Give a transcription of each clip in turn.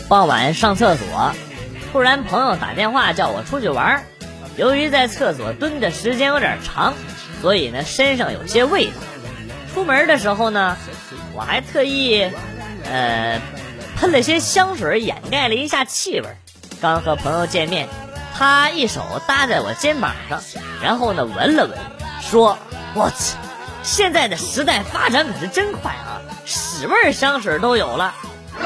傍晚上厕所，突然朋友打电话叫我出去玩，由于在厕所蹲的时间有点长，所以呢身上有些味道。出门的时候呢，我还特意喷了些香水掩盖了一下气味。刚和朋友见面，他一手搭在我肩膀上，然后呢闻了闻，说：“我操，现在的时代发展可是真快啊，屎味香水都有了。”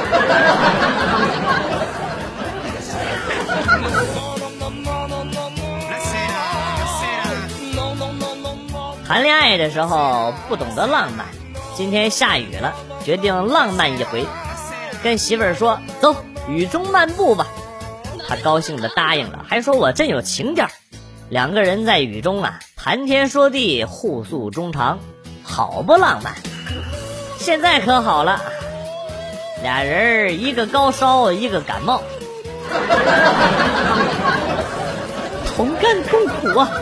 谈恋爱的时候不懂得浪漫，今天下雨了，决定浪漫一回，跟媳妇儿说：“走，雨中漫步吧。”她高兴地答应了，还说我真有情调。两个人在雨中谈天说地，互诉衷肠，好不浪漫。现在可好了，俩人一个高烧，一个感冒，同甘共苦啊。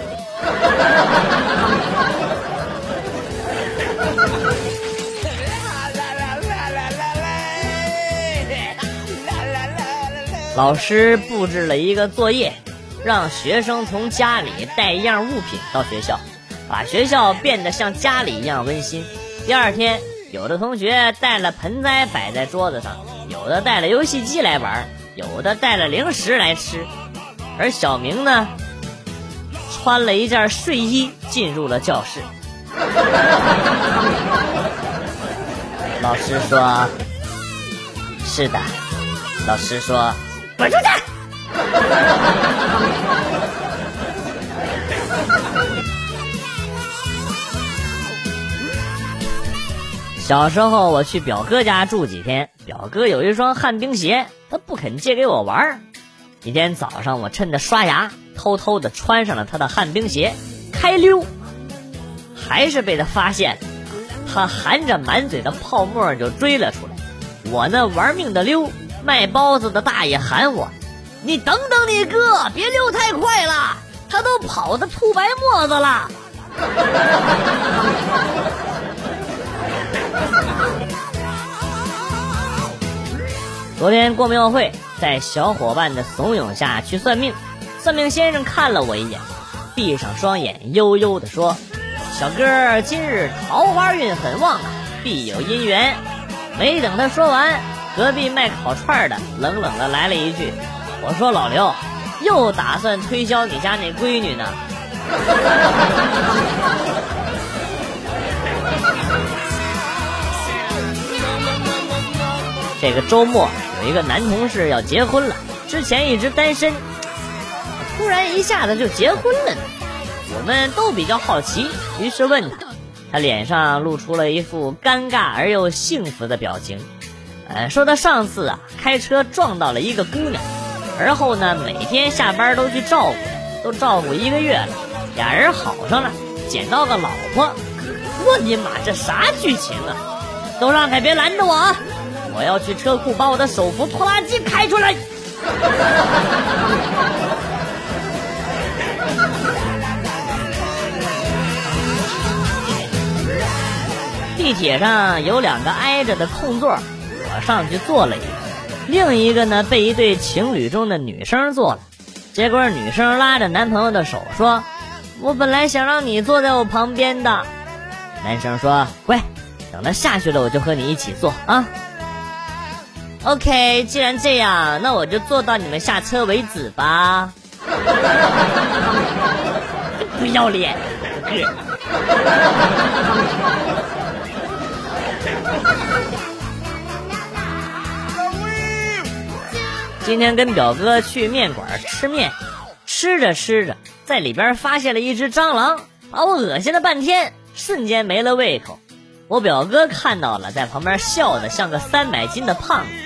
老师布置了一个作业，让学生从家里带一样物品到学校，把学校变得像家里一样温馨。第二天，有的同学带了盆栽摆在桌子上，有的带了游戏机来玩，有的带了零食来吃。而小明呢，穿了一件睡衣进入了教室。老师说：“是的。”老师说：“滚出去！”小时候我去表哥家住几天，表哥有一双旱冰鞋，他不肯借给我玩。一天早上，我趁着刷牙，偷偷的穿上了他的旱冰鞋，开溜，还是被他发现了。他含着满嘴的泡沫就追了出来。我呢玩命的溜，卖包子的大爷喊我：“你等等你哥，别溜太快了，他都跑得吐白沫子了。”昨天过庙会，在小伙伴的怂恿下去算命，算命先生看了我一眼，闭上双眼悠悠地说：“小哥今日桃花运很旺啊，必有姻缘。”没等他说完，隔壁卖烤串的冷冷的来了一句：“我说老刘，又打算推销你家那闺女呢。”这个周末有一个男同事要结婚了，之前一直单身，突然一下子就结婚了呢。我们都比较好奇，于是问他，他脸上露出了一副尴尬而又幸福的表情。说他上次开车撞到了一个姑娘，而后呢每天下班都去照顾她，都照顾1个月了，俩人好上了，捡到个老婆。我的妈，这啥剧情啊！都让开，别拦着我啊！我要去车库把我的手扶拖拉机开出来。地铁上有2个挨着的空座，我上去坐了一个，另一个呢被一对情侣中的女生坐了。结果女生拉着男朋友的手说：“我本来想让你坐在我旁边的。”男生说：“乖，等他下去了我就和你一起坐啊。” OK， 既然这样，那我就坐到你们下车为止吧。不要脸！今天跟表哥去面馆吃面，吃着吃着，在里边发现了一只蟑螂，把我恶心了半天，瞬间没了胃口。我表哥看到了，在旁边笑得像个300斤的胖子。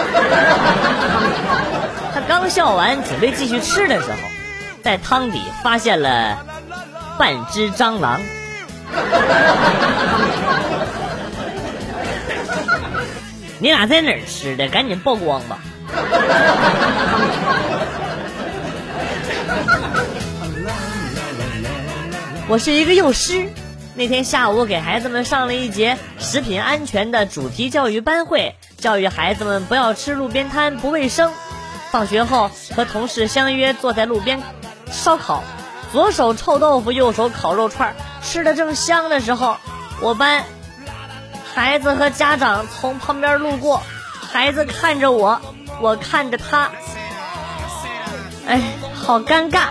他刚笑完准备继续吃的时候，在汤底发现了半只蟑螂。你俩在哪儿吃的？赶紧曝光吧。我是一个幼师，那天下午给孩子们上了一节食品安全的主题教育班会， 教育孩子们不要吃路边摊不卫生。放学后和同事相约坐在路边烧烤，左手臭豆腐，右手烤肉串，吃得正香的时候，我班孩子和家长从旁边路过，孩子看着我，我看着他，哎，好尴尬。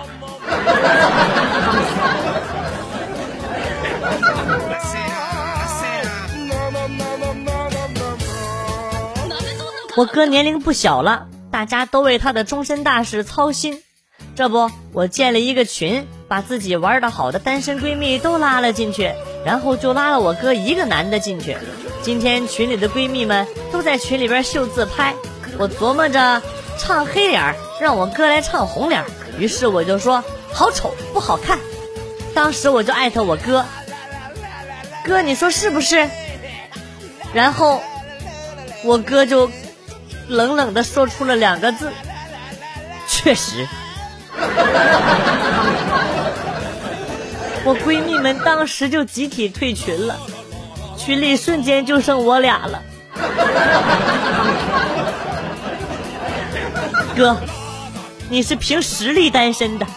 我哥年龄不小了，大家都为他的终身大事操心。这不，我建了一个群，把自己玩得好的单身闺蜜都拉了进去，然后就拉了我哥一个男的进去。今天群里的闺蜜们都在群里边秀自拍，我琢磨着唱黑脸让我哥来唱红脸，于是我就说好丑不好看。当时我就艾特我哥，哥你说是不是？然后我哥就冷冷地说出了2个字，确实。我闺蜜们当时就集体退群了，群里瞬间就剩我俩了。哥，你是凭实力单身的。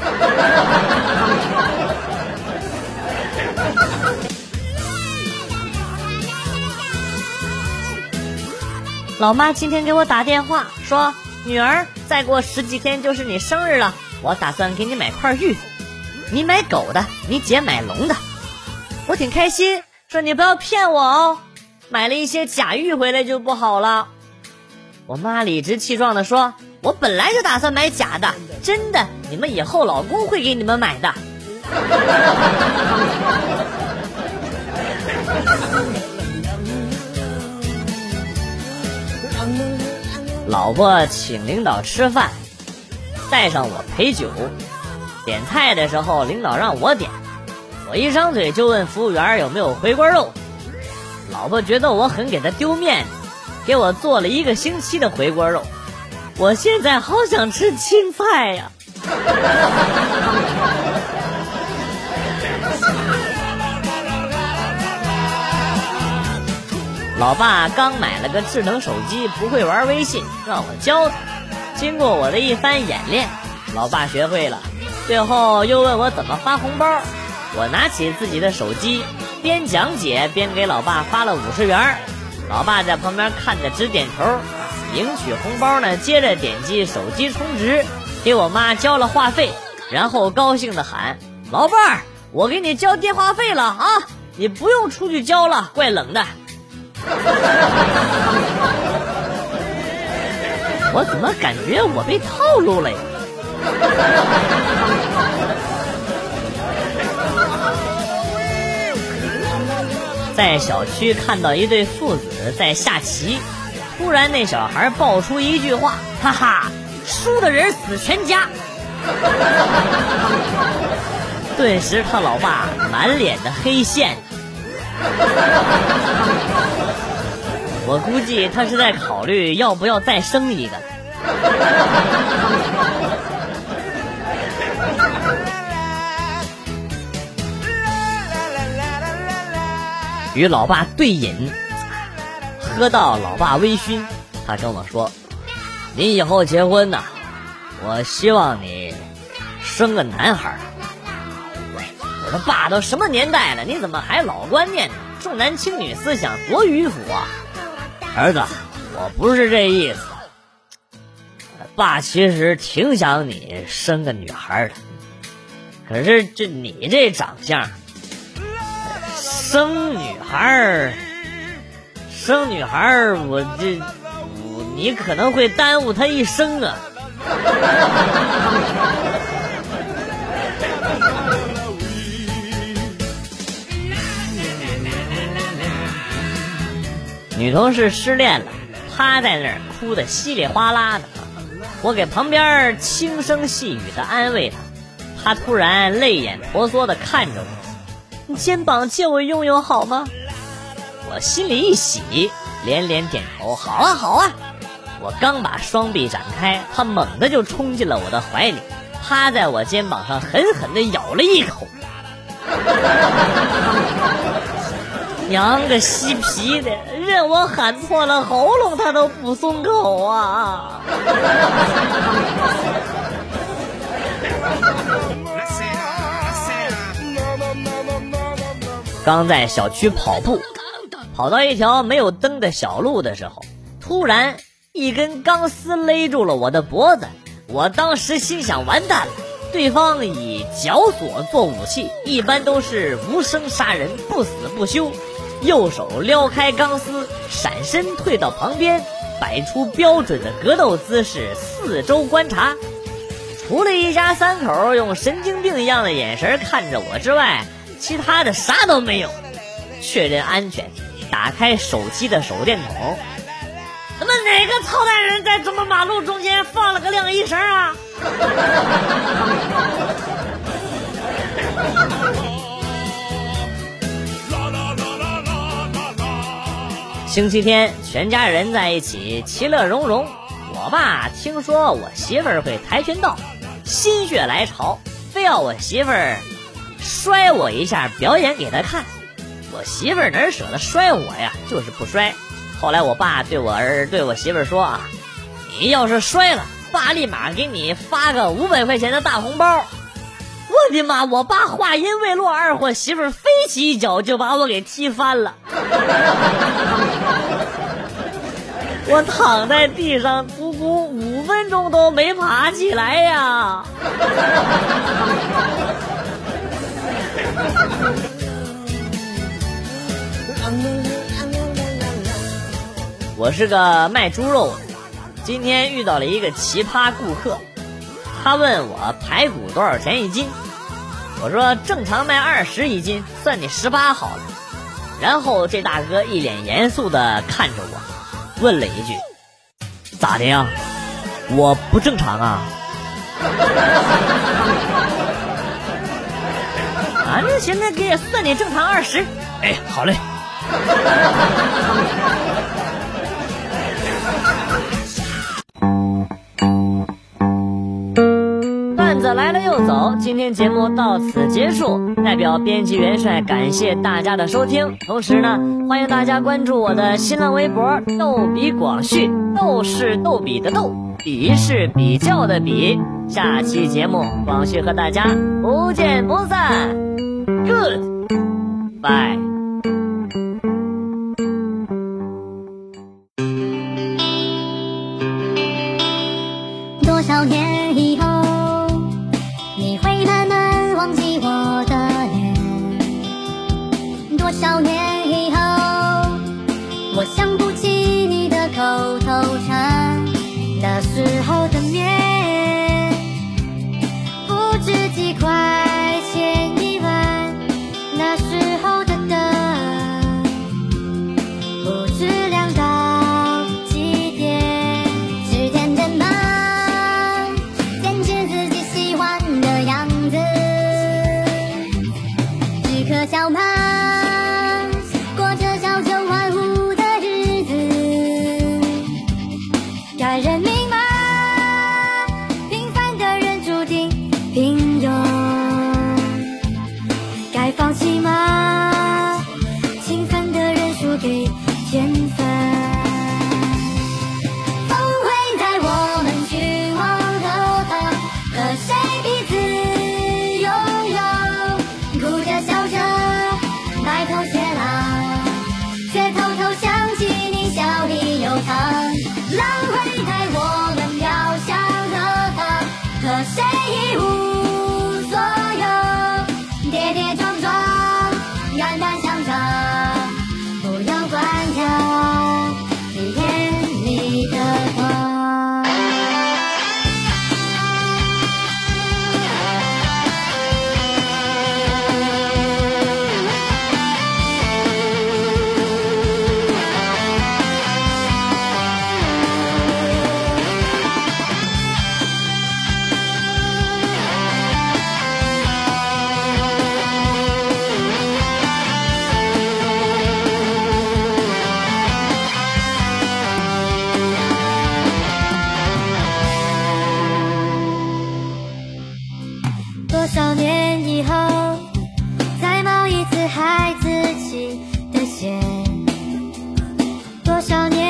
老妈今天给我打电话说，女儿再过10几天就是你生日了，我打算给你买块玉，你买狗的，你姐买龙的。我挺开心，说你不要骗我哦，买了一些假玉回来就不好了。我妈理直气壮地说，我本来就打算买假的，真的你们以后老公会给你们买的。老婆请领导吃饭，带上我陪酒，点菜的时候领导让我点，我一张嘴就问服务员有没有回锅肉。老婆觉得我很给她丢面子，给我做了1个星期的回锅肉，我现在好想吃青菜呀。老爸刚买了个智能手机，不会玩微信，让我教他。经过我的一番演练，老爸学会了，最后又问我怎么发红包。我拿起自己的手机，边讲解边给老爸发了50元。老爸在旁边看着直点头。领取红包呢，接着点击手机充值，给我妈交了话费，然后高兴地喊，老伴儿，我给你交电话费了啊，你不用出去交了，怪冷的。我怎么感觉我被套路了呀？在小区看到一对父子在下棋，突然那小孩爆出一句话，哈哈，输的人死全家。顿时他老爸满脸的黑线。我估计他是在考虑要不要再生一个。与老爸对饮，喝到老爸微醺，他跟我说，你以后结婚呐，我希望你生个男孩。我说爸，都什么年代了，你怎么还老观念呢？重男轻女思想多迂腐啊！儿子，我不是这意思，爸其实挺想你生个女孩的，可是这你这长相，生女孩，你可能会耽误她一生啊。女同事失恋了，趴在那儿哭得稀里哗啦的，我给旁边轻声细语的安慰她，她突然泪眼婆娑的看着我，你肩膀借我用用好吗？我心里一喜，连连点头，好啊好啊。我刚把双臂展开，她猛地就冲进了我的怀里，趴在我肩膀上狠狠地咬了一口。 娘个西皮的，任我喊破了喉咙他都不松口啊！刚在小区跑步，跑到一条没有灯的小路的时候，突然一根钢丝勒住了我的脖子。我当时心想，完蛋了，对方以绞索做武器，一般都是无声杀人，不死不休。右手撩开钢丝，闪身退到旁边，摆出标准的格斗姿势，四周观察。除了一家三口用神经病一样的眼神看着我之外，其他的啥都没有。确认安全，打开手机的手电筒。他们哪个操蛋人在这么马路中间放了个晾衣绳啊？星期天全家人在一起其乐融融。我爸听说我媳妇儿会跆拳道，心血来潮，非要我媳妇儿摔我一下表演给他看。我媳妇儿哪舍得摔我呀，就是不摔。后来我爸对我媳妇儿说啊，你要是摔了，爸立马给你发个500块钱的大红包。我的妈！我爸话音未落，二货媳妇儿飞起一脚就把我给踢翻了。我躺在地上足足5分钟都没爬起来呀。我是个卖猪肉的，今天遇到了一个奇葩顾客，他问我排骨多少钱一斤，我说正常卖20一斤，算你18好了。然后这大哥一脸严肃地看着我，问了一句：咋的呀？我不正常啊？啊，那行，那给算你正常20。哎，好嘞。段子来了又走，今天节目到此结束，代表编辑元帅感谢大家的收听，同时呢，欢迎大家关注我的新浪微博逗比广旭，逗是逗比的逗，比是比较的比。下期节目广旭和大家不见不散。 Goodbye。 多少年以后，你会慢慢忘记我的脸。多少年以后，我想不起你的口头禅，那时候的面，不止几块钱1万，那时候的灯，不止2到几点，是天真吗？坚持自己喜欢的样子，只可笑吗？过着朝九晚五的日子，该认命吗？ 多少年